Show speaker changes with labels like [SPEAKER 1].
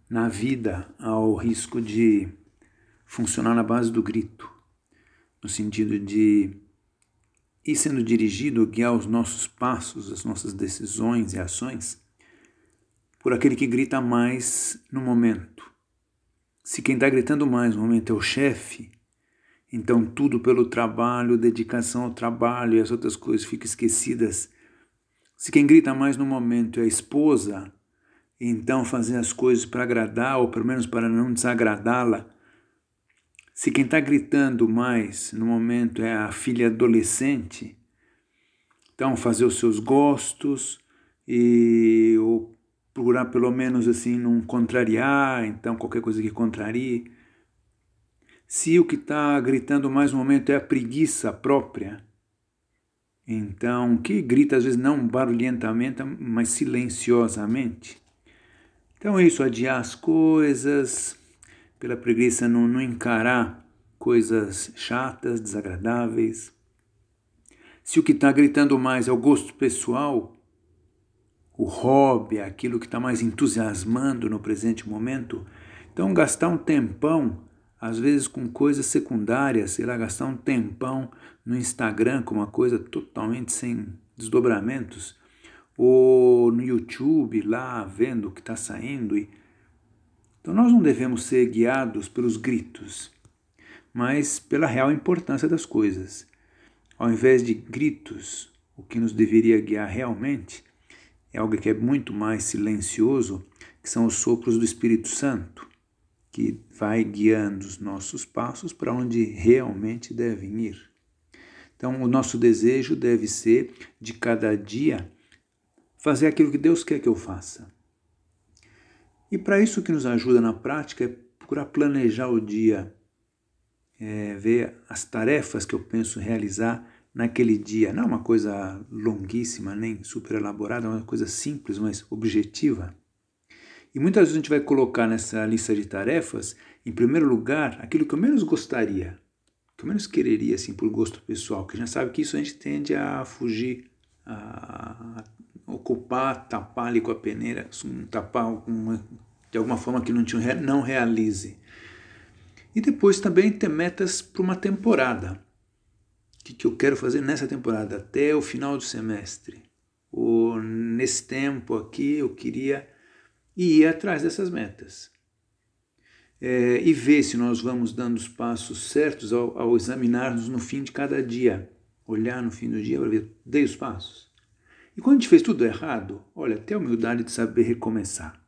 [SPEAKER 1] na vida ao risco de funcionar na base do grito, no sentido de ir sendo dirigido, guiar os nossos passos, as nossas decisões e ações por aquele que grita mais no momento. Se quem está gritando mais no momento é o chefe, então tudo pelo trabalho, dedicação ao trabalho e as outras coisas ficam esquecidas. Se quem grita mais no momento é a esposa, então fazer as coisas para agradar, ou pelo menos para não desagradá-la. Se quem está gritando mais no momento é a filha adolescente, então fazer os seus gostos ou procurar pelo menos assim não contrariar, então qualquer coisa que contrarie. Se o que está gritando mais no momento é a preguiça própria, então que grita às vezes não barulhentamente, mas silenciosamente. Então é isso, adiar as coisas, pela preguiça não encarar coisas chatas, desagradáveis. Se o que está gritando mais é o gosto pessoal, o hobby, aquilo que está mais entusiasmando no presente momento, então gastar um tempão, às vezes com coisas secundárias, sei lá, gastar um tempão no Instagram com uma coisa totalmente sem desdobramentos, ou no YouTube lá vendo o que está saindo. Então nós não devemos ser guiados pelos gritos, mas pela real importância das coisas. Ao invés de gritos, o que nos deveria guiar realmente é algo que é muito mais silencioso, que são os sopros do Espírito Santo, que vai guiando os nossos passos para onde realmente devem ir. Então o nosso desejo deve ser, de cada dia, fazer aquilo que Deus quer que eu faça. E para isso o que nos ajuda na prática é procurar planejar o dia, ver as tarefas que eu penso realizar naquele dia. Não é uma coisa longuíssima, nem super elaborada, é uma coisa simples, mas objetiva. E muitas vezes a gente vai colocar nessa lista de tarefas, em primeiro lugar, aquilo que eu menos gostaria, que eu menos quereria, assim, por gosto pessoal, que a gente sabe que isso a gente tende a fugir, a ocupar, tapar ali com a peneira, tapar de alguma forma que não realize. E depois também ter metas para uma temporada. O que eu quero fazer nessa temporada, até o final do semestre. Ou nesse tempo aqui eu queria ir atrás dessas metas. E ver se nós vamos dando os passos certos ao examinarmos no fim de cada dia. Olhar no fim do dia para ver, dei os passos. E quando a gente fez tudo errado, olha, ter a humildade de saber recomeçar.